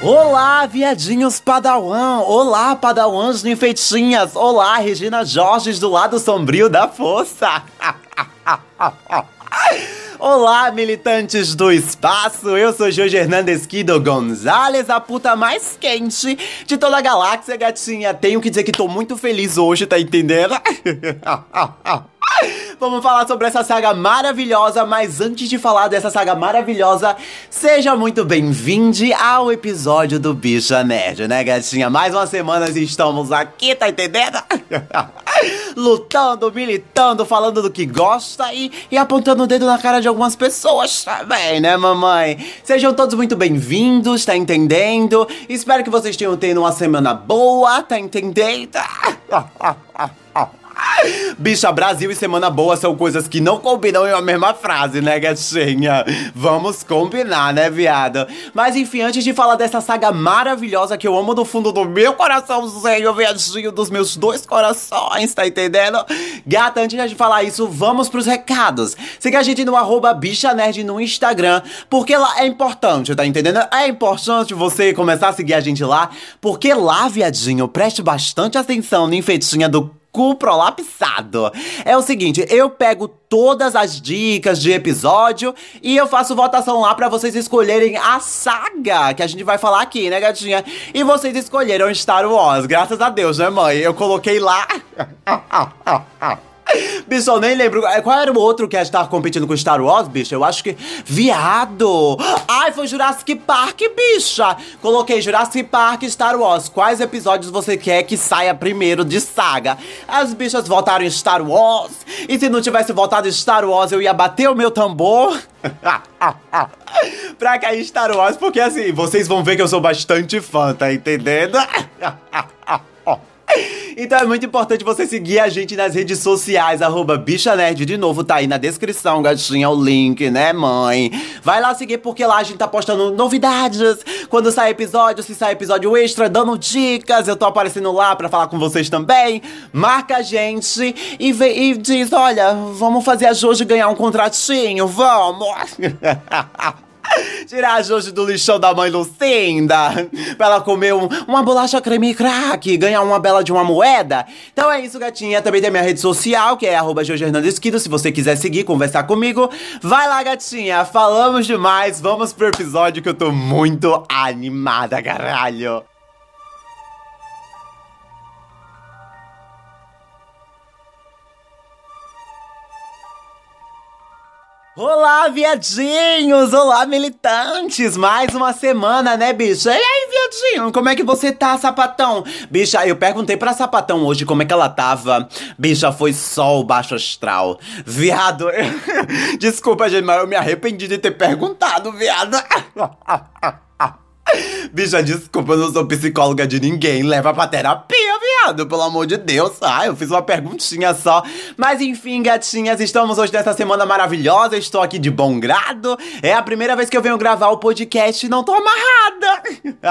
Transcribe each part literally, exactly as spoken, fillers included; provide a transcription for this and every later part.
Olá, viadinhos padawan! Olá, padawans ninfeitinhas! Olá, Regina Jorges do lado sombrio da força! Olá, militantes do espaço! Eu sou Jorge Hernandes Quido Gonzalez, a puta mais quente de toda a galáxia, gatinha. Tenho que dizer que tô muito feliz hoje, tá entendendo? Vamos falar sobre essa saga maravilhosa, mas antes de falar dessa saga maravilhosa, seja muito bem-vindo ao episódio do Bicha Nerd, né, gatinha? Mais uma semana estamos aqui, tá entendendo? Lutando, militando, falando do que gosta e, e apontando o dedo na cara de algumas pessoas também, né, mamãe? Sejam todos muito bem-vindos, tá entendendo? Espero que vocês tenham tendo uma semana boa, tá entendendo? Bicha, Brasil e semana boa são coisas que não combinam em uma mesma frase, né, gatinha? Vamos combinar, né, viado? Mas enfim, antes de falar dessa saga maravilhosa que eu amo do fundo do meu coraçãozinho, viadinho, dos meus dois corações, tá entendendo? Gata, antes de falar isso, vamos pros recados. Siga a gente no arroba Bicha Nerd no Instagram, porque lá é importante, tá entendendo? É importante você começar a seguir a gente lá, porque lá, viadinho, preste bastante atenção na infeitinha do cu prolapsado. É o seguinte, eu pego todas as dicas de episódio e eu faço votação lá pra vocês escolherem a saga que a gente vai falar aqui, né, gatinha? E vocês escolheram Star Wars, graças a Deus, né, mãe? Eu coloquei lá... Bicho, eu nem lembro. Qual era o outro que estava competindo com Star Wars, bicho? Eu acho que... Viado! Ai, foi Jurassic Park, bicha! Coloquei Jurassic Park e Star Wars. Quais episódios você quer que saia primeiro de saga? As bichas votaram em Star Wars. E se não tivesse votado em Star Wars, eu ia bater o meu tambor. Pra cair Star Wars, porque assim, vocês vão ver que eu sou bastante fã, tá entendendo? Então é muito importante você seguir a gente nas redes sociais, arroba Bicha Nerd, de novo, tá aí na descrição, gatinha, o link, né, mãe? Vai lá seguir, porque lá a gente tá postando novidades, quando sai episódio, se sai episódio extra, dando dicas, eu tô aparecendo lá pra falar com vocês também. Marca a gente e, vê, e diz, olha, vamos fazer a Joji ganhar um contratinho, vamos! Tirar a Joji do lixão da mãe Lucinda, pra ela comer um, uma bolacha creme crack, ganhar uma bela de uma moeda. Então é isso, gatinha. Também tem minha rede social, que é arroba Jorge Hernandes Quido. Se você quiser seguir, conversar comigo, vai lá, gatinha. Falamos demais, vamos pro episódio que eu tô muito animada, caralho. Olá, viadinhos! Olá, militantes! Mais uma semana, né, bicha? E aí, viadinho? Como é que você tá, sapatão? Bicha, eu perguntei pra sapatão hoje como é que ela tava. Bicha, foi só o baixo astral. Viado, desculpa, gente, mas eu me arrependi de ter perguntado, viado. Bicha, desculpa, eu não sou psicóloga de ninguém. Leva pra terapia, viado, pelo amor de Deus. Ah, eu fiz uma perguntinha só. Mas enfim, gatinhas, estamos hoje nessa semana maravilhosa. Estou aqui de bom grado. É a primeira vez que eu venho gravar o podcast e não tô amarrada.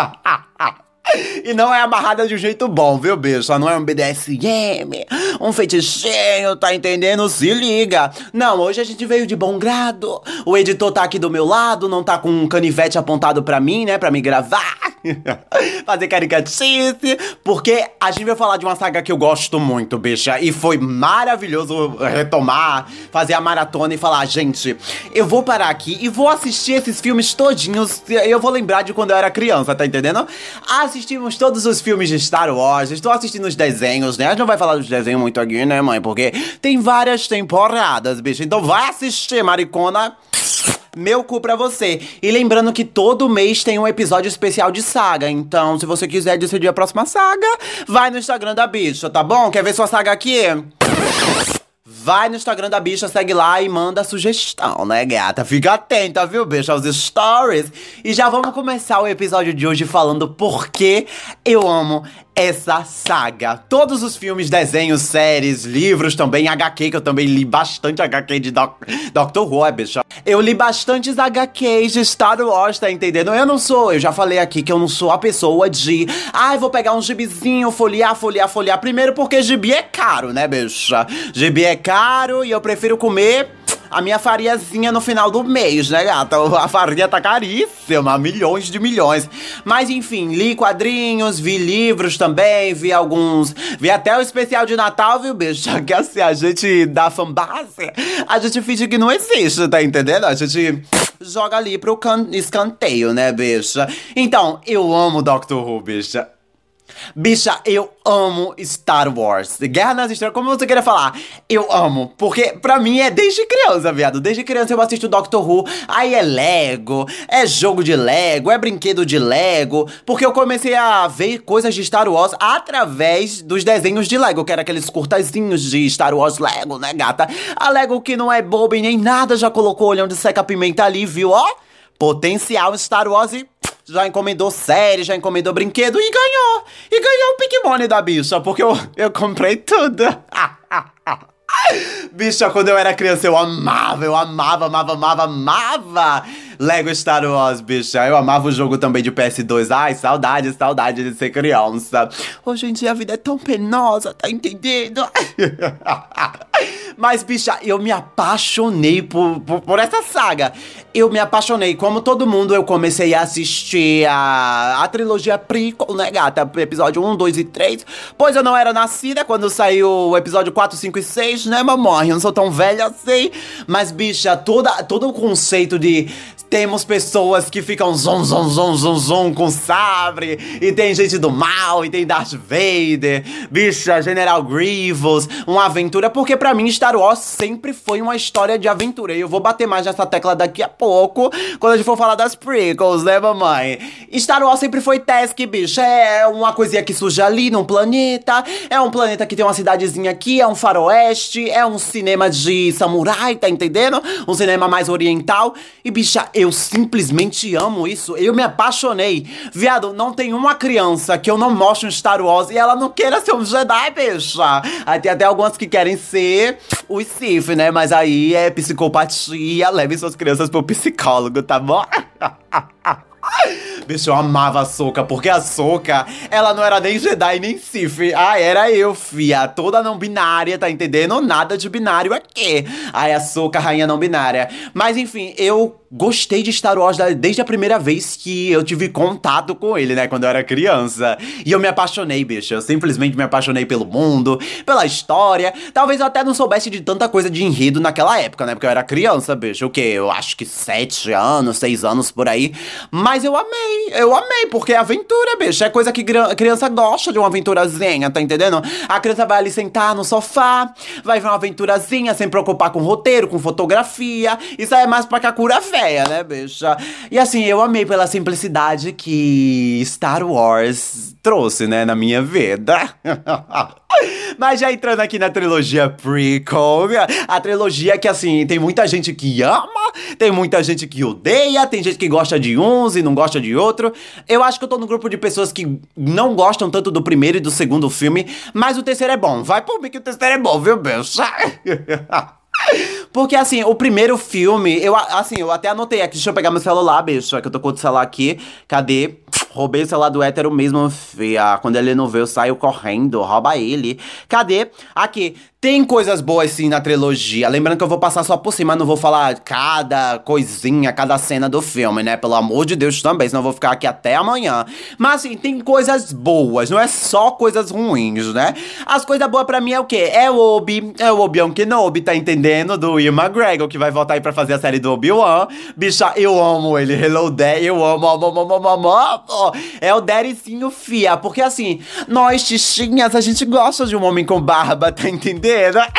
E não é amarrada de um jeito bom, viu, bicho? Não é um B D S M, um fetichinho, tá entendendo? Se liga. Não, hoje a gente veio de bom grado. O editor tá aqui do meu lado, não tá com um canivete apontado pra mim, né? Pra me gravar. Fazer caricatice. Porque a gente vai falar de uma saga que eu gosto muito, bicha. E foi maravilhoso retomar, fazer a maratona e falar, gente, eu vou parar aqui e vou assistir esses filmes todinhos. Eu vou lembrar de quando eu era criança, tá entendendo? Assistimos todos os filmes de Star Wars, estou assistindo os desenhos, né? A gente não vai falar dos desenhos muito aqui, né, mãe? Porque tem várias temporadas, bicho. Então vai assistir, maricona. Meu cu pra você. E lembrando que todo mês tem um episódio especial de saga. Então, se você quiser decidir a próxima saga, vai no Instagram da bicha, tá bom? Quer ver sua saga aqui? Vai no Instagram da bicha, segue lá e manda sugestão, né, gata? Fica atenta, viu, bicha, aos stories. E já vamos começar o episódio de hoje falando por que eu amo essa saga. Todos os filmes, desenhos, séries, livros também, agá quê, que eu também li bastante agá quê de Doc Doctor Who, é, bicha. Eu li bastantes agá quês de Star Wars, tá entendendo? Eu não sou, eu já falei aqui que eu não sou a pessoa de... Ai, ah, vou pegar um gibizinho, folhear, folhear, folhear. Primeiro porque gibi é caro, né, bicha? Gibi é caro e eu prefiro comer a minha fariazinha no final do mês, né, gata? A farinha tá caríssima, milhões de milhões. Mas enfim, li quadrinhos, vi livros também, vi alguns... Vi até o especial de Natal, viu, bicho? Já que assim, a gente dá fanbase, a gente finge que não existe, tá entendendo? A gente joga ali pro can- escanteio, né, bicha? Então, eu amo Doctor Who, bicha. Bicha, eu amo Star Wars. Guerra nas Estrelas, como você queria falar? Eu amo, porque pra mim é desde criança, viado. Desde criança eu assisto Doctor Who. Aí é Lego, é jogo de Lego, é brinquedo de Lego. Porque eu comecei a ver coisas de Star Wars através dos desenhos de Lego, que era aqueles curtazinhos de Star Wars Lego, né, gata? A Lego que não é boba e nem nada já colocou o olhão de seca-pimenta ali, viu, ó? Potencial Star Wars e... já encomendou série, já encomendou brinquedo e ganhou. E ganhou o Pick Money da bicha, porque eu, eu comprei tudo. Bicha, quando eu era criança eu amava, eu amava, amava, amava, amava Lego Star Wars, bicha. Eu amava o jogo também de P S dois. Ai, saudade, saudade de ser criança. Hoje em dia a vida é tão penosa, tá entendendo? Mas, bicha, eu me apaixonei por, por, por essa saga. Eu me apaixonei. Como todo mundo, eu comecei a assistir a, a trilogia prequel, né, gata? Episódio um, dois e três. Pois eu não era nascida quando saiu o episódio quatro, cinco e seis, né, mamãe? Eu não sou tão velha assim. Mas, bicha, toda, todo o conceito de... temos pessoas que ficam zom, zom, zom, zom, zom com sabre. E tem gente do mal, e tem Darth Vader. Bicha, General Grievous. Uma aventura, porque pra mim Star Wars sempre foi uma história de aventura. E eu vou bater mais nessa tecla daqui a pouco, quando a gente for falar das prequels, né, mamãe? Star Wars sempre foi task, bicha. É uma coisinha que surge ali num planeta. É um planeta que tem uma cidadezinha aqui, é um faroeste. É um cinema de samurai, tá entendendo? Um cinema mais oriental. E, bicha, eu simplesmente amo isso. Eu me apaixonei. Viado, não tem uma criança que eu não mostre um Star Wars e ela não queira ser um Jedi, bicha. Aí tem até algumas que querem ser os Sith, né? Mas aí é psicopatia. Levem suas crianças pro psicólogo, tá bom? Bicho, eu amava a Ahsoka, porque a Ahsoka, ela não era nem Jedi, nem Sith. Ah, era eu, fia. Toda não binária, tá entendendo? Nada de binário aqui. Ai, a Ahsoka, rainha não binária. Mas, enfim, eu gostei de Star Wars desde a primeira vez que eu tive contato com ele, né? Quando eu era criança. E eu me apaixonei, bicho. Eu simplesmente me apaixonei pelo mundo, pela história. Talvez eu até não soubesse de tanta coisa de enredo naquela época, né? Porque eu era criança, bicho. O quê? Eu acho que sete anos, seis anos, por aí. Mas eu amei. Eu amei, porque é aventura, bicho. É coisa que criança gosta de uma aventurazinha, tá entendendo? A criança vai ali sentar no sofá, vai ver uma aventurazinha sem preocupar com roteiro, com fotografia. Isso aí é mais pra Kakura véia, né, bicha? E assim, eu amei pela simplicidade que Star Wars trouxe, né, na minha vida. Mas já entrando aqui na trilogia prequel, a trilogia que, assim, tem muita gente que ama, tem muita gente que odeia, tem gente que gosta de uns e não gosta de outro. Eu acho que eu tô no grupo de pessoas que não gostam tanto do primeiro e do segundo filme, mas o terceiro é bom. Vai por mim que o terceiro é bom, viu, bicho? Porque, assim, o primeiro filme, eu, assim, eu até anotei aqui, deixa eu pegar meu celular, bicho, é que eu tô com o celular aqui, cadê? Roubei o celular do hétero mesmo, fia. Quando ele não vê, eu saio correndo, rouba ele. Cadê? Aqui. Tem coisas boas sim na trilogia. Lembrando que eu vou passar só por cima, não vou falar cada coisinha, cada cena do filme, né? Pelo amor de Deus também, senão eu vou ficar aqui até amanhã. Mas assim, tem coisas boas, não é só coisas ruins, né? As coisas boas pra mim é o quê? É o Obi, é o Obi-Wan Kenobi, tá entendendo? Do Ian McGregor, que vai voltar aí pra fazer a série do Obi-Wan. Bicha, eu amo ele. Hello, Daddy, eu amo, amo, amo, amo, amo, amo. É o Daddyzinho, fia. Porque assim, nós, tichinhas, a gente gosta de um homem com barba, tá entendendo?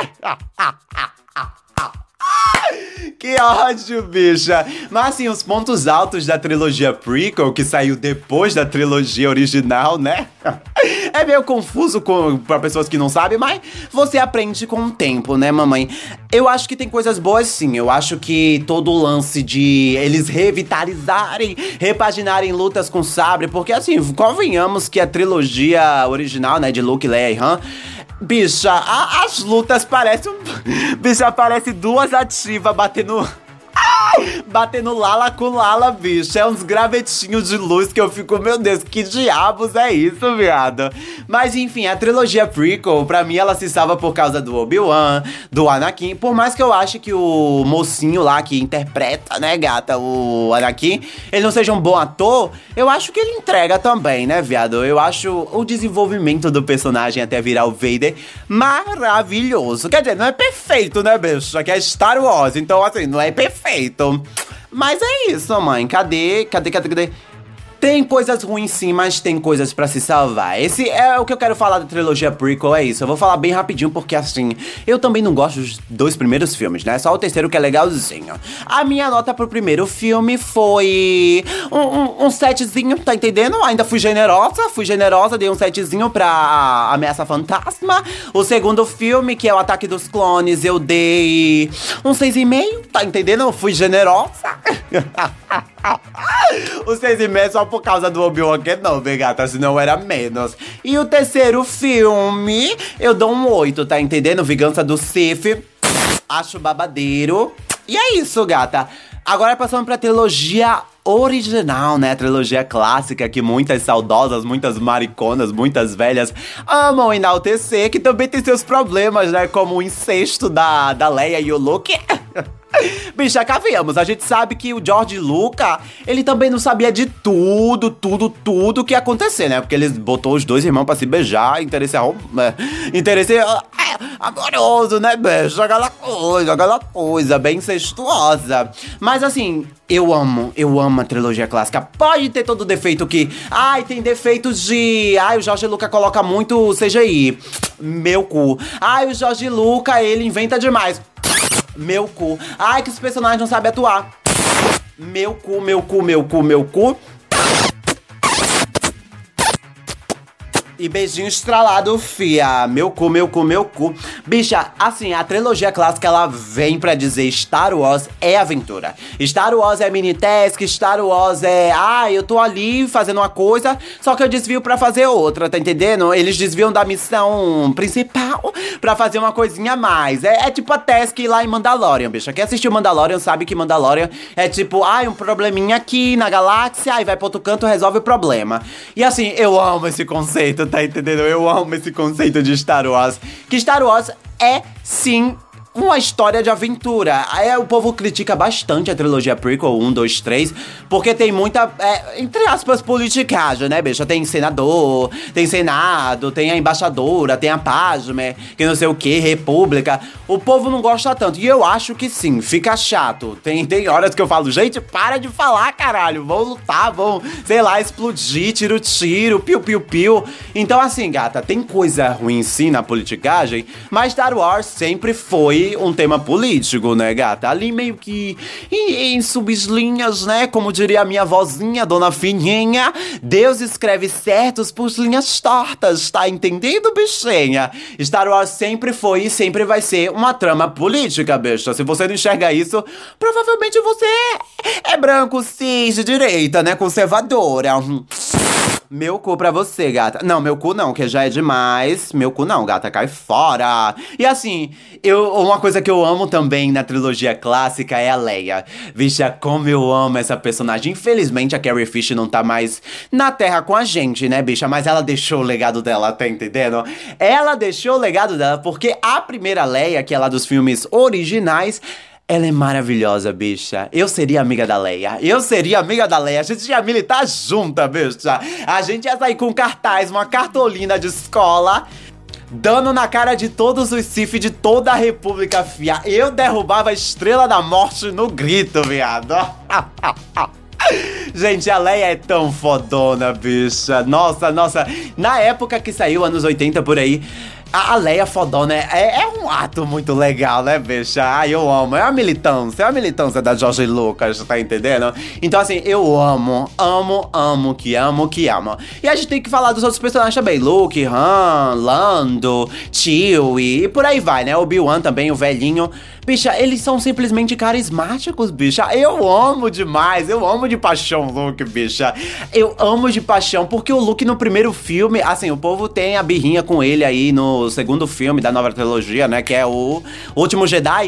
Que ódio, bicha. Mas assim, os pontos altos da trilogia prequel, que saiu depois da trilogia original, né? É meio confuso com, pra pessoas que não sabem, mas você aprende com o tempo, né, mamãe? Eu acho que tem coisas boas, sim. Eu acho que todo o lance de eles revitalizarem, repaginarem lutas com sabre, porque assim, convenhamos que a trilogia original, né, de Luke, Leia e Han, bicha, a, as lutas parecem um... Bicha, parece duas ativas batendo... batendo lala com lala, bicho. É uns gravetinhos de luz que eu fico, meu Deus, que diabos é isso, viado? Mas enfim, a trilogia prequel, pra mim, ela se salva por causa do Obi-Wan, do Anakin. Por mais que eu ache que o mocinho lá que interpreta, né, gata, o Anakin, ele não seja um bom ator, eu acho que ele entrega também, né, viado? Eu acho o desenvolvimento do personagem até virar o Vader maravilhoso. Quer dizer, não é perfeito, né, bicho? Aqui é Star Wars, então assim, não é perfeito. Mas é isso, mãe. Cadê? Cadê? Cadê? Cadê? Tem coisas ruins sim, mas tem coisas pra se salvar. Esse é o que eu quero falar da trilogia prequel, é isso. Eu vou falar bem rapidinho, porque assim, eu também não gosto dos dois primeiros filmes, né? Só o terceiro que é legalzinho. A minha nota pro primeiro filme foi um, um, um setzinho, tá entendendo? Ainda fui generosa, fui generosa, dei um setzinho pra Ameaça Fantasma. O segundo filme, que é o Ataque dos Clones, eu dei um seis e meio, tá entendendo? Eu fui generosa. O seis e meio é só por causa do Obi-Wan Kenobi, gata, senão era menos. E o terceiro filme, eu dou um oito, tá entendendo? Vingança do Sith, acho babadeiro. E é isso, gata. Agora passando pra trilogia original, né? A trilogia clássica que muitas saudosas, muitas mariconas, muitas velhas amam enaltecer, que também tem seus problemas, né? Como o incesto da, da Leia e o Luke. Bicha, cá viemos, a gente sabe que o George Lucas, ele também não sabia de tudo, tudo, tudo que ia acontecer, né? Porque ele botou os dois irmãos pra se beijar, interesse, né? interesse é, amoroso, né, bicho? Aquela coisa, aquela coisa bem incestuosa. Mas assim, eu amo, eu amo a trilogia clássica. Pode ter todo defeito que, ai, tem defeitos de, ai, o George Lucas coloca muito C G I, meu cu. Ai, o George Lucas, ele inventa demais. Meu cu. Ai, que os personagens não sabem atuar. Meu cu, meu cu, meu cu, meu cu. E beijinho estralado, fia. Meu cu, meu cu, meu cu. Bicha, assim, a trilogia clássica, ela vem pra dizer Star Wars é aventura. Star Wars é mini-task, Star Wars é... Ah, eu tô ali fazendo uma coisa, só que eu desvio pra fazer outra, tá entendendo? Eles desviam da missão principal pra fazer uma coisinha a mais. É, é tipo a task lá em Mandalorian, bicha. Quem assistiu Mandalorian sabe que Mandalorian é tipo... Ai, um probleminha aqui na galáxia, aí vai pro outro canto, resolve o problema. E assim, eu amo esse conceito, tá entendendo? Eu amo esse conceito de Star Wars. Que Star Wars é, sim, uma história de aventura. Aí o povo critica bastante a trilogia prequel um, dois, três, porque tem muita, é, entre aspas, politicagem, né, bicha? Tem senador, tem senado, tem a embaixadora, tem a Padme, que não sei o que, república. O povo não gosta tanto. E eu acho que sim, fica chato. Tem, tem horas que eu falo, gente, para de falar, caralho. Vão lutar, vão, sei lá, explodir, tiro, tiro, piu, piu, piu. Então assim, gata, tem coisa ruim sim na politicagem, mas Star Wars sempre foi um tema político, né, gata? Ali meio que em, em sublinhas, né? Como diria a minha vozinha, Dona Fininha, Deus escreve certos por linhas tortas, tá entendendo, bichinha? Star Wars sempre foi e sempre vai ser uma trama política, bicha. Se você não enxerga isso, provavelmente você é, é branco, cis, de direita, né? Conservadora. Meu cu pra você, gata. Não, meu cu não, que já é demais. Meu cu não, gata, cai fora. E assim, eu, uma coisa que eu amo também na trilogia clássica é a Leia. Vixa, como eu amo essa personagem. Infelizmente, a Carrie Fisher não tá mais na Terra com a gente, né, bicha? Mas ela deixou o legado dela, tá entendendo? Ela deixou o legado dela porque a primeira Leia, que é lá dos filmes originais, ela é maravilhosa, bicha. Eu seria amiga da Leia. Eu seria amiga da Leia. A gente ia militar junta, bicha. A gente ia sair com cartaz, uma cartolina de escola, dando na cara de todos os Sith de toda a República, fia. Eu derrubava a Estrela da Morte no grito, viado. Gente, a Leia é tão fodona, bicha. Nossa, nossa. Na época que saiu, anos oitenta, por aí, a Leia fodona é, é um ato muito legal, né, bicha? Ai, eu amo. É a militância, é a militância da George Lucas, tá entendendo? Então, assim, eu amo, amo, amo, que amo, que amo. E a gente tem que falar dos outros personagens também. Luke, Han, Lando, Chewie e por aí vai, né? Obi-Wan também, o velhinho. Bicha, eles são simplesmente carismáticos, bicha. Eu amo demais, eu amo de paixão o Luke, bicha. Eu amo de paixão, porque o Luke no primeiro filme, assim, o povo tem a birrinha com ele aí no segundo filme da nova trilogia, né, que é o Último Jedi.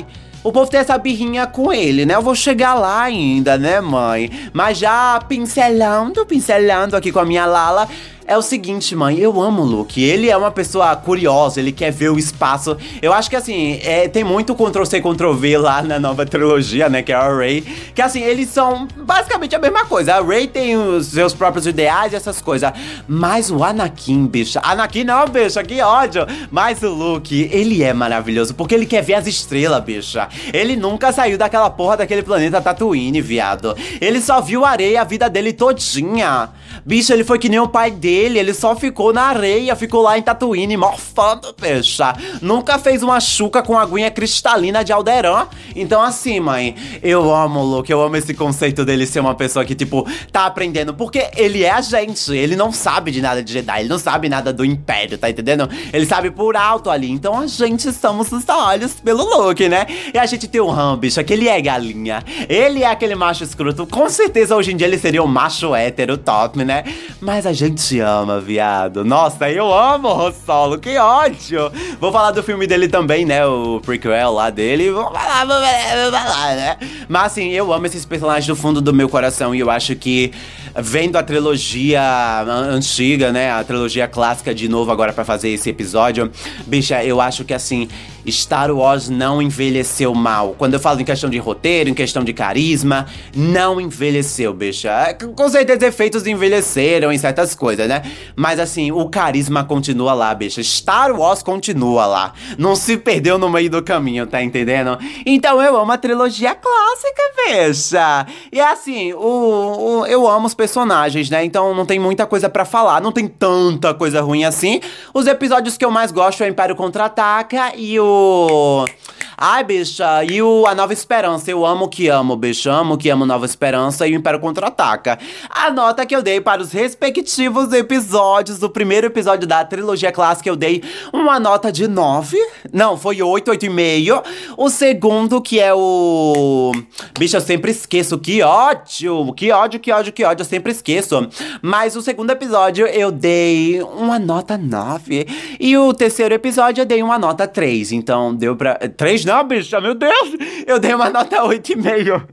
o povo tem essa birrinha com ele, né? Eu vou chegar lá ainda, né, mãe? Mas já pincelando, pincelando aqui com a minha Lala, é o seguinte, mãe, eu amo o Luke. Ele é uma pessoa curiosa, ele quer ver o espaço. Eu acho que, assim, é, tem muito Ctrl-C, Ctrl-V lá na nova trilogia, né, que é a Rey. Que, assim, eles são basicamente a mesma coisa. A Rey tem os seus próprios ideais e essas coisas. Mas o Anakin, bicha... Anakin não, bicha, que ódio! Mas o Luke, ele é maravilhoso, porque ele quer ver as estrelas, bicha. Ele nunca saiu daquela porra daquele planeta Tatooine, viado. Ele só viu areia a vida dele todinha. Bicha, ele foi que nem o pai dele, ele só ficou na areia, ficou lá em Tatooine, morfando, bicha. Nunca fez uma chuca com aguinha cristalina de Alderaan. Então assim, mãe, eu amo o Luke, eu amo esse conceito dele ser uma pessoa que, tipo, tá aprendendo. Porque ele é a gente, ele não sabe de nada de Jedi, ele não sabe nada do Império, tá entendendo? Ele sabe por alto ali, então a gente estamos nos olhos pelo Luke, né? E a gente tem o Han, bicha, que ele é galinha, ele é aquele macho escroto. Com certeza hoje em dia ele seria um macho hétero top, né? Mas a gente ama, viado. Nossa, eu amo o Han Solo, que ódio. Vou falar do filme dele também, né? O prequel lá dele. Vou falar, vou falar, vou falar, né? Mas assim, eu amo esses personagens do fundo do meu coração. E eu acho que, vendo a trilogia antiga, né? A trilogia clássica de novo agora pra fazer esse episódio, bicha, eu acho que assim, Star Wars não envelheceu mal. Quando eu falo em questão de roteiro, em questão de carisma, não envelheceu, bicha. Com certeza efeitos envelheceram em certas coisas, né? Mas assim, o carisma continua lá, bicha. Star Wars continua lá. Não se perdeu no meio do caminho, tá entendendo? Então eu amo a trilogia clássica, bicha. E assim, o, o, eu amo os personagens, né? Então não tem muita coisa pra falar. Não tem tanta coisa ruim assim. Os episódios que eu mais gosto é o Império Contra-Ataca e o... Ai, bicha, e o A Nova Esperança. Eu amo que amo, bicha. Amo que amo Nova Esperança e o Império Contra-Ataca. A nota que eu dei para os respectivos episódios do primeiro episódio da trilogia clássica, eu dei uma nota de nove. Não, foi oito, oito e meio. O segundo, que é o... Bicha, eu sempre esqueço. Que ódio, que ódio, que ódio, que ódio. Eu sempre esqueço. Mas o segundo episódio, eu dei uma nota nove. E o terceiro episódio, eu dei uma nota três. Então, deu pra... três não, bicha, meu Deus! Eu dei uma nota oito e meio.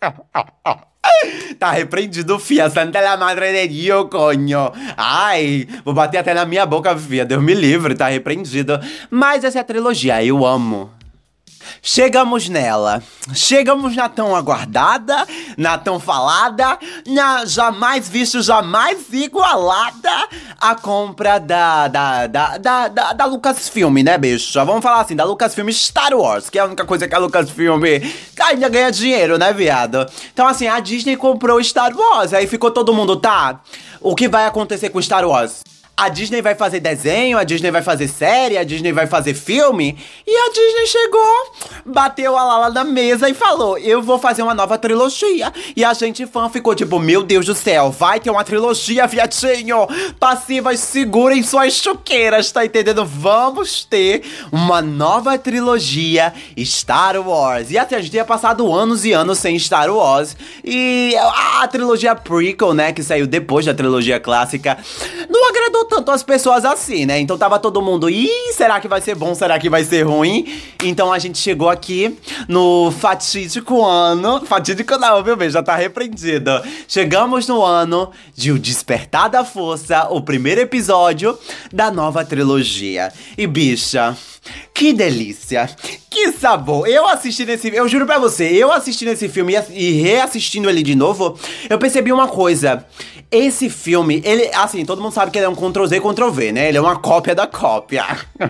Tá repreendido, fia. Santa la madre de Dio, conho. Ai, vou bater até na minha boca, fia. Deus me livre, tá repreendido. Mas essa é a trilogia, eu amo. Chegamos nela, chegamos na tão aguardada, na tão falada, na jamais visto, jamais igualada a compra da, da, da, da, da, da Lucasfilm, né, bicha? Vamos falar assim, da Lucasfilm Star Wars, que é a única coisa que a Lucasfilm ainda ganha dinheiro, né, viado? Então assim, a Disney comprou Star Wars, aí ficou todo mundo, tá, o que vai acontecer com Star Wars? A Disney vai fazer desenho, a Disney vai fazer série, a Disney vai fazer filme. E a Disney chegou, bateu a Lala na mesa e falou, eu vou fazer uma nova trilogia. E a gente fã ficou tipo, meu Deus do céu, vai ter uma trilogia, viadinho. Passivas, segurem suas chuqueiras, tá entendendo? Vamos ter uma nova trilogia Star Wars. E assim, a gente tinha passado anos e anos sem Star Wars. E a, a trilogia prequel, né, que saiu depois da trilogia clássica, não agradou tanto as pessoas assim, né? Então tava todo mundo, ih, será que vai ser bom, será que vai ser ruim? Então a gente chegou aqui no fatídico ano, fatídico não, viu, bem, já tá repreendido. Chegamos no ano de O Despertar da Força, o primeiro episódio da nova trilogia. E bicha, que delícia, que sabor. Eu assisti nesse, eu juro pra você, eu assisti nesse filme e reassistindo ele de novo, eu percebi uma coisa. Esse filme, ele, assim, todo mundo sabe que ele é um Ctrl-Z, Ctrl-V, né? Ele é uma cópia da cópia.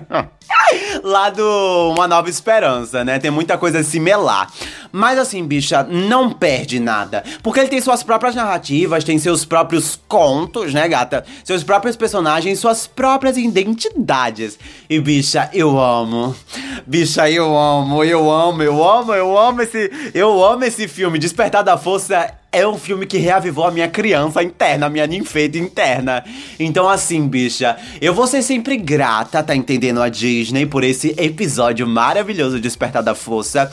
Lá do Uma Nova Esperança, né? Tem muita coisa similar. Mas assim, bicha, não perde nada. Porque ele tem suas próprias narrativas, tem seus próprios contos, né, gata? Seus próprios personagens, suas próprias identidades. E, bicha, eu amo. Bicha, eu amo, eu amo, eu amo, eu amo esse... Eu amo esse filme, Despertar da Força. É um filme que reavivou a minha criança interna, a minha ninfeta interna. Então assim, bicha, eu vou ser sempre grata, tá entendendo, a Disney, por esse episódio maravilhoso de Despertar da Força.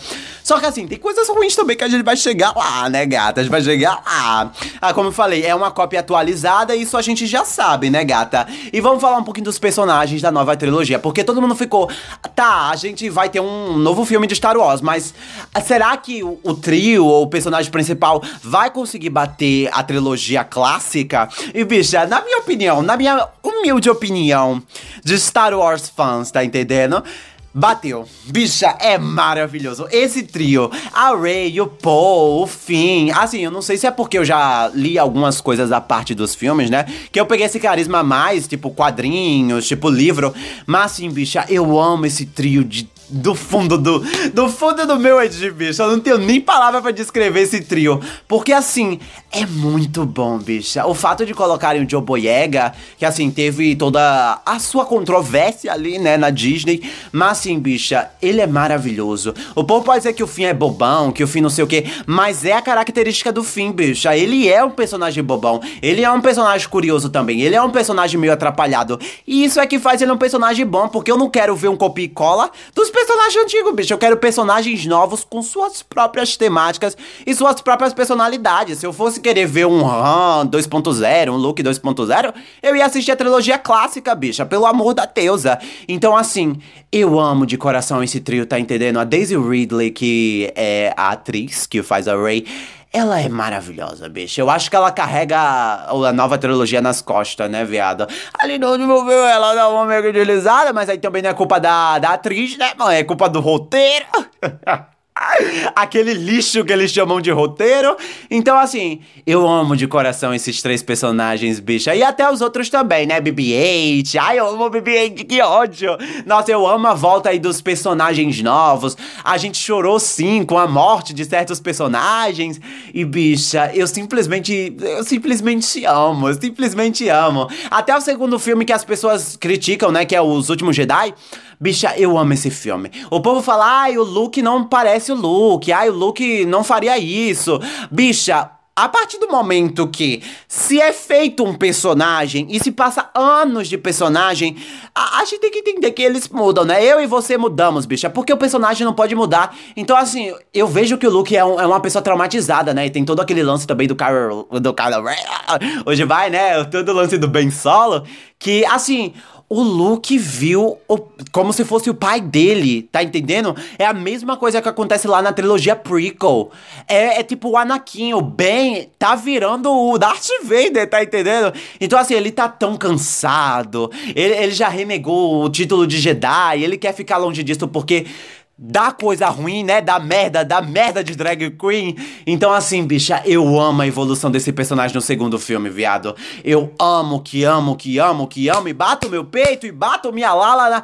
Só que assim, tem coisas ruins também que a gente vai chegar lá, né, gata? A gente vai chegar lá. Ah, como eu falei, é uma cópia atualizada e isso a gente já sabe, né, gata? E vamos falar um pouquinho dos personagens da nova trilogia, porque todo mundo ficou... Tá, a gente vai ter um novo filme de Star Wars, mas será que o, o trio ou o personagem principal vai conseguir bater a trilogia clássica? E, bicha, na minha opinião, na minha humilde opinião de Star Wars fãs, tá entendendo? Bateu. Bicha, é maravilhoso. Esse trio, a Rey, o Poe, o Finn. Assim, eu não sei se é porque eu já li algumas coisas da parte dos filmes, né? Que eu peguei esse carisma mais, tipo quadrinhos, tipo livro. Mas assim, bicha, eu amo esse trio de... Do fundo do, do fundo do meu Ed, bicha. Eu não tenho nem palavra pra descrever esse trio. Porque, assim, é muito bom, bicha. O fato de colocarem o Joe Boyega, que, assim, teve toda a sua controvérsia ali, né, na Disney. Mas, assim, bicha, ele é maravilhoso. O povo pode dizer que o Finn é bobão, que o Finn não sei o quê. Mas é a característica do Finn, bicha. Ele é um personagem bobão. Ele é um personagem curioso também. Ele é um personagem meio atrapalhado. E isso é que faz ele um personagem bom. Porque eu não quero ver um copia e cola dos personagem antigo, bicho. Eu quero personagens novos com suas próprias temáticas e suas próprias personalidades. Se eu fosse querer ver um Han dois ponto zero, um Luke dois ponto zero, eu ia assistir a trilogia clássica, bicha, pelo amor da deusa. Então, assim, eu amo de coração esse trio, tá entendendo? A Daisy Ridley, que é a atriz que faz a Rey, ela é maravilhosa, bicho. Eu acho que ela carrega a nova trilogia nas costas, né, viado? Ali não desenvolveu ela dá uma mega utilizada, mas aí também não é culpa da, da atriz, né, mano? É culpa do roteiro. Aquele lixo que eles chamam de roteiro. Então, assim, eu amo de coração esses três personagens, bicha. E até os outros também, né? B B oito. Ai, eu amo B B oito, que ódio. Nossa, eu amo a volta aí dos personagens novos. A gente chorou, sim, com a morte de certos personagens. E, bicha, eu simplesmente... Eu simplesmente amo. Eu simplesmente amo. Até o segundo filme que as pessoas criticam, né? Que é Os Últimos Jedi. Bicha, eu amo esse filme. O povo fala, ai, o Luke não parece o Luke. Ai, o Luke não faria isso. Bicha, a partir do momento que se é feito um personagem e se passa anos de personagem, a, a gente tem que entender que eles mudam, né? Eu e você mudamos, bicha, porque o personagem não pode mudar. Então, assim, eu vejo que o Luke é, um, é uma pessoa traumatizada, né? E tem todo aquele lance também do Kylo... Do Kylo hoje vai, né? Todo o lance do Ben Solo. Que, assim... O Luke viu o, como se fosse o pai dele, tá entendendo? É a mesma coisa que acontece lá na trilogia prequel. É, é tipo o Anakin, o Ben tá virando o Darth Vader, tá entendendo? Então assim, ele tá tão cansado, ele, ele já renegou o título de Jedi, ele quer ficar longe disso porque... Dá coisa ruim, né? Dá merda, dá merda de drag queen. Então, assim, bicha, eu amo a evolução desse personagem no segundo filme, viado. Eu amo, que amo, que amo, que amo. E bato meu peito e bato minha lala na...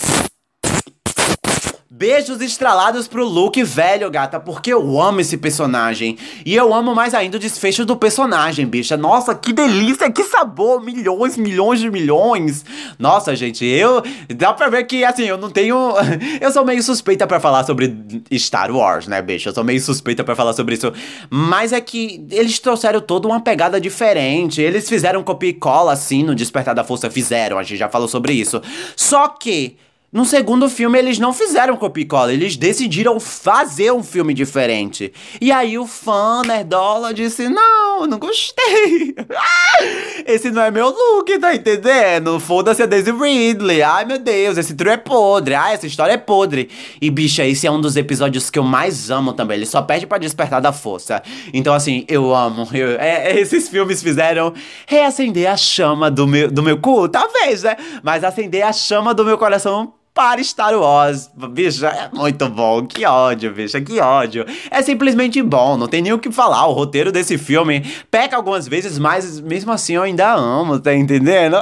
Beijos estralados pro Luke velho, gata, porque eu amo esse personagem. E eu amo mais ainda o desfecho do personagem, bicha. Nossa, que delícia, que sabor, milhões, milhões de milhões. Nossa, gente, eu... Dá pra ver que, assim, eu não tenho... Eu sou meio suspeita pra falar sobre Star Wars, né, bicha? Eu sou meio suspeita pra falar sobre isso. Mas é que eles trouxeram toda uma pegada diferente. Eles fizeram copia e cola, assim, no Despertar da Força. Fizeram, a gente já falou sobre isso. Só que... No segundo filme, eles não fizeram copia e cola, eles decidiram fazer um filme diferente. E aí o fã nerdola disse, não, não gostei. Esse não é meu look, tá entendendo? Foda-se a Daisy Ridley. Ai, meu Deus, esse trio é podre. Ai, essa história é podre. E, bicha, esse é um dos episódios que eu mais amo também. Ele só pede pra Despertar da Força. Então, assim, eu amo. Eu, é, esses filmes fizeram reacender a chama do meu, do meu cu, talvez, né? Mas acender a chama do meu coração para Star Wars. Bicha, é muito bom. Que ódio, bicha, que ódio. É simplesmente bom, não tem nem o que falar. O roteiro desse filme peca algumas vezes, mas mesmo assim eu ainda amo, tá entendendo?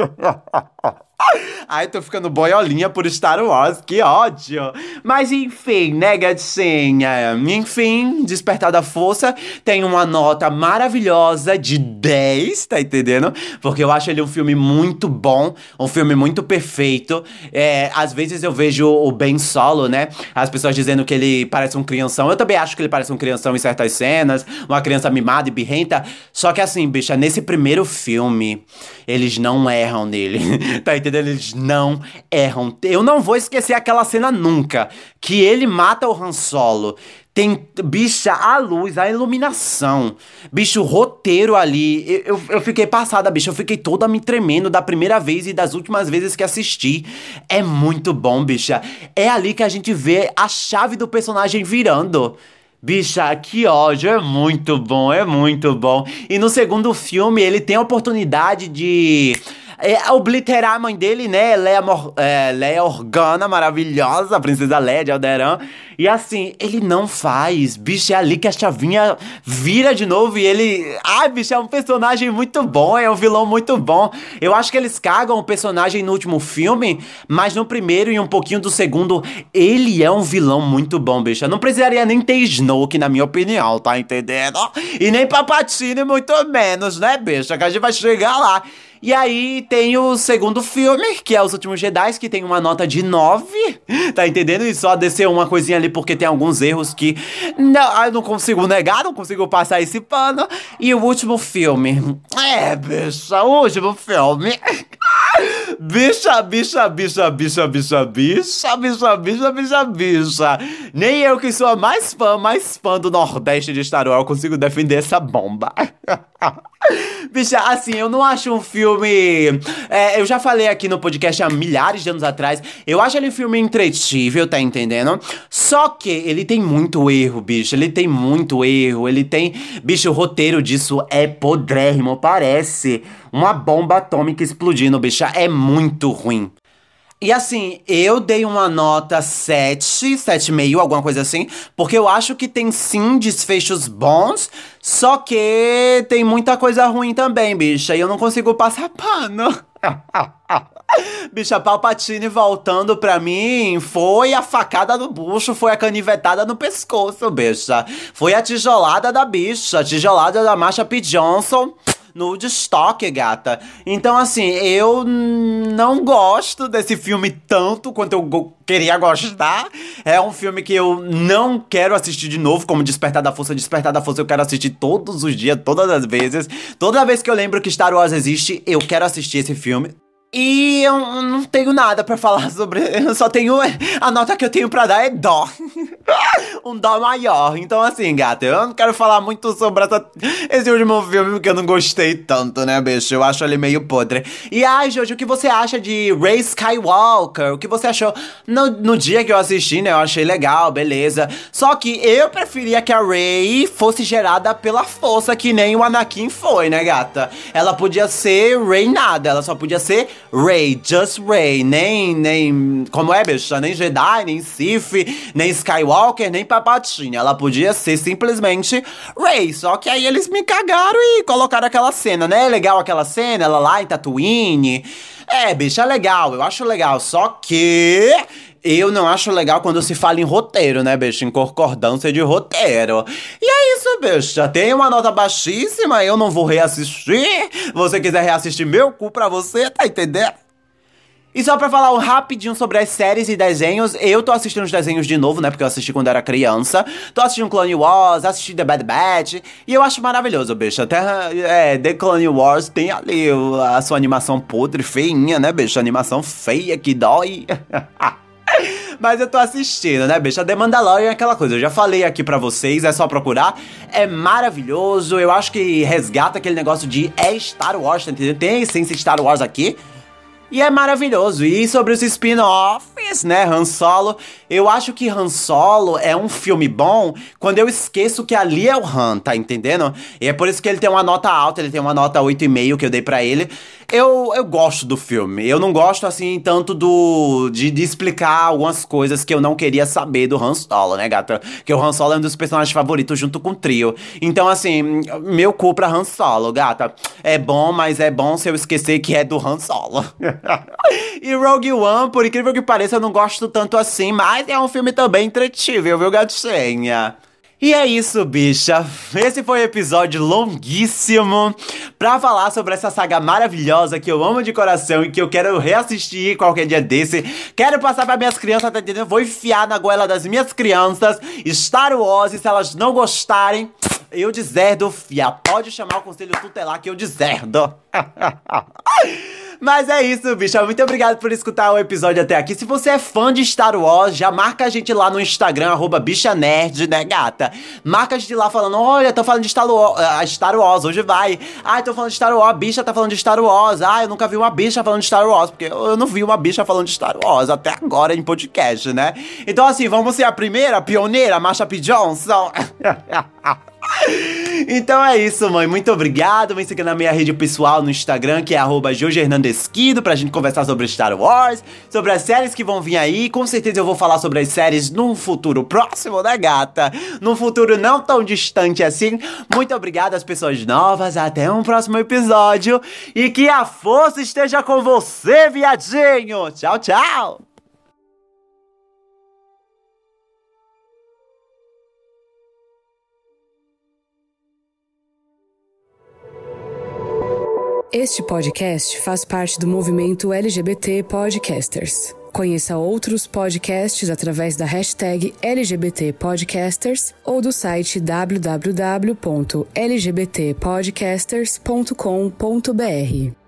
Ai, tô ficando boiolinha por Star Wars, que ódio. Mas enfim, né, gatinha? Enfim, Despertar da Força tem uma nota maravilhosa de dez, tá entendendo? Porque eu acho ele um filme muito bom, um filme muito perfeito. É, às vezes eu vejo o Ben Solo, né? As pessoas dizendo que ele parece um crianção. Eu também acho que ele parece um crianção em certas cenas, uma criança mimada e birrenta. Só que assim, bicha, nesse primeiro filme, eles não erram nele, tá entendendo? entendendo? Eles não erram. Eu não vou esquecer aquela cena nunca, que ele mata o Han Solo. Tem, bicha, a luz, a iluminação, bicho, o roteiro ali, eu, eu, eu fiquei passada, bicho, eu fiquei toda me tremendo da primeira vez e das últimas vezes que assisti. É muito bom, bicha. É ali que a gente vê a chave do personagem virando. Bicha, que ódio, é muito bom, é muito bom. E no segundo filme ele tem a oportunidade de... É, obliterar a mãe dele, né? Leia, Mor é, Leia Organa, maravilhosa, a princesa Leia de Alderaan. E assim, ele não faz. Bicho, é ali que a chavinha vira de novo e ele... Ai, bicho, é um personagem muito bom, é um vilão muito bom. Eu acho que eles cagam o personagem no último filme, mas no primeiro e um pouquinho do segundo, ele é um vilão muito bom, bicho. Eu não precisaria nem ter Snoke, na minha opinião, tá entendendo? E nem Palpatine, muito menos, né, bicho? Que a gente vai chegar lá. E aí tem o segundo filme, que é Os Últimos Jedi, que tem uma nota de nove, tá entendendo? E só desceu uma coisinha ali porque tem alguns erros que não, eu não consigo negar, não consigo passar esse pano. E o último filme, é, bicha, o último filme... Bicha, bicha, bicha, bicha, bicha, bicha, bicha, bicha, bicha, bicha. Nem eu que sou a mais fã, mais fã do Nordeste de Star Wars consigo defender essa bomba. Bicha, assim, eu não acho um filme... É, eu já falei aqui no podcast há milhares de anos atrás. Eu acho ele um filme entretível, tá entendendo? Só que ele tem muito erro, bicho. Ele tem muito erro. Ele tem... Bicho, o roteiro disso é podrérrimo. Parece uma bomba atômica explodindo, bicha. É muito ruim. E assim, eu dei uma nota sete, sete vírgula cinco, alguma coisa assim, porque eu acho que tem sim desfechos bons, só que tem muita coisa ruim também, bicha, e eu não consigo passar pano. Bicha, Palpatine voltando pra mim foi a facada no bucho, foi a canivetada no pescoço, bicha. Foi a tijolada da bicha, a tijolada da Marsha P. Johnson no Woodstock, gata. Então, assim, eu não gosto desse filme tanto quanto eu go- queria gostar. É um filme que eu não quero assistir de novo, como Despertar da Força. Despertar da Força eu quero assistir todos os dias, todas as vezes. Toda vez que eu lembro que Star Wars existe, eu quero assistir esse filme. E eu não tenho nada pra falar sobre... Eu só tenho... A nota que eu tenho pra dar é dó. Um dó maior. Então assim, gata, eu não quero falar muito sobre essa, esse último filme, porque eu não gostei tanto, né, bicho? Eu acho ele meio podre. E ai, Jojo, o que você acha de Rey Skywalker? O que você achou? No, no dia que eu assisti, né, eu achei legal, beleza. Só que eu preferia que a Rey fosse gerada pela força, que nem o Anakin foi, né, gata? Ela podia ser Rey nada, ela só podia ser Rey, just Rey, nem, nem, como é, bicha? Nem Jedi, nem Sith, nem Skywalker, nem Palpatine. Ela podia ser simplesmente Rey, só que aí eles me cagaram e colocaram aquela cena, né? Legal aquela cena, ela lá em Tatooine. É, bicha, é legal, eu acho legal, só que... Eu não acho legal quando se fala em roteiro, né, bicho? Em concordância de roteiro. E é isso, bicho. Tem uma nota baixíssima, eu não vou reassistir. Se você quiser reassistir, meu cu pra você, tá entendendo? E só pra falar um rapidinho sobre as séries e desenhos, eu tô assistindo os desenhos de novo, né, porque eu assisti quando era criança. Tô assistindo Clone Wars, assisti The Bad Batch, e eu acho maravilhoso, bicho. Até, é, The Clone Wars tem ali a sua animação podre, feinha, né, bicho? Animação feia que dói. Mas eu tô assistindo, né, bicho? A The Mandalorian é aquela coisa, eu já falei aqui pra vocês, é só procurar. É maravilhoso, eu acho que resgata aquele negócio de é Star Wars, tá entendendo? Tem a essência Star Wars aqui. E é maravilhoso. E sobre os spin-offs, né, Han Solo, eu acho que Han Solo é um filme bom quando eu esqueço que ali é o Han, tá entendendo? E é por isso que ele tem uma nota alta, ele tem uma nota oito vírgula cinco que eu dei pra ele. Eu, eu gosto do filme, eu não gosto, assim, tanto do de, de explicar algumas coisas que eu não queria saber do Han Solo, né, gata? Que o Han Solo é um dos personagens favoritos junto com o trio. Então, assim, meu cu pra Han Solo, gata. É bom, mas é bom se eu esquecer que é do Han Solo. E Rogue One, por incrível que pareça, eu não gosto tanto assim, mas é um filme também entretível, viu, gatinha? E é isso, bicha. Esse foi um episódio longuíssimo pra falar sobre essa saga maravilhosa que eu amo de coração e que eu quero reassistir qualquer dia desse. Quero passar pra minhas crianças, tá entendendo? Vou enfiar na goela das minhas crianças Star Wars, e se elas não gostarem, Eu deserdo, fia. Pode chamar o conselho tutelar que eu deserdo. Mas é isso, bicha. Muito obrigado por escutar o episódio até aqui. Se você é fã de Star Wars, já marca a gente lá no Instagram, arroba bichanerd, né, gata? Marca a gente lá falando, olha, tô falando de Star Wars, uh, Star Wars, hoje vai. Ai, tô falando de Star Wars, a bicha tá falando de Star Wars. Ai, eu nunca vi uma bicha falando de Star Wars, porque eu não vi uma bicha falando de Star Wars até agora em podcast, né? Então assim, vamos ser a primeira, a pioneira, a Marsha P. Johnson. Então é isso, mãe. Muito obrigado. Vem seguir na minha rede pessoal no Instagram, que é arroba jojernandesquido, pra gente conversar sobre Star Wars, sobre as séries que vão vir aí. Com certeza eu vou falar sobre as séries num futuro próximo, né, gata? Num futuro não tão distante assim. Muito obrigado às pessoas novas. Até um próximo episódio. E que a força esteja com você, viadinho. Tchau, tchau. Este podcast faz parte do movimento L G B T Podcasters. Conheça outros podcasts através da hashtag L G B T Podcasters ou do site w w w ponto l g b t podcasters ponto com ponto b r.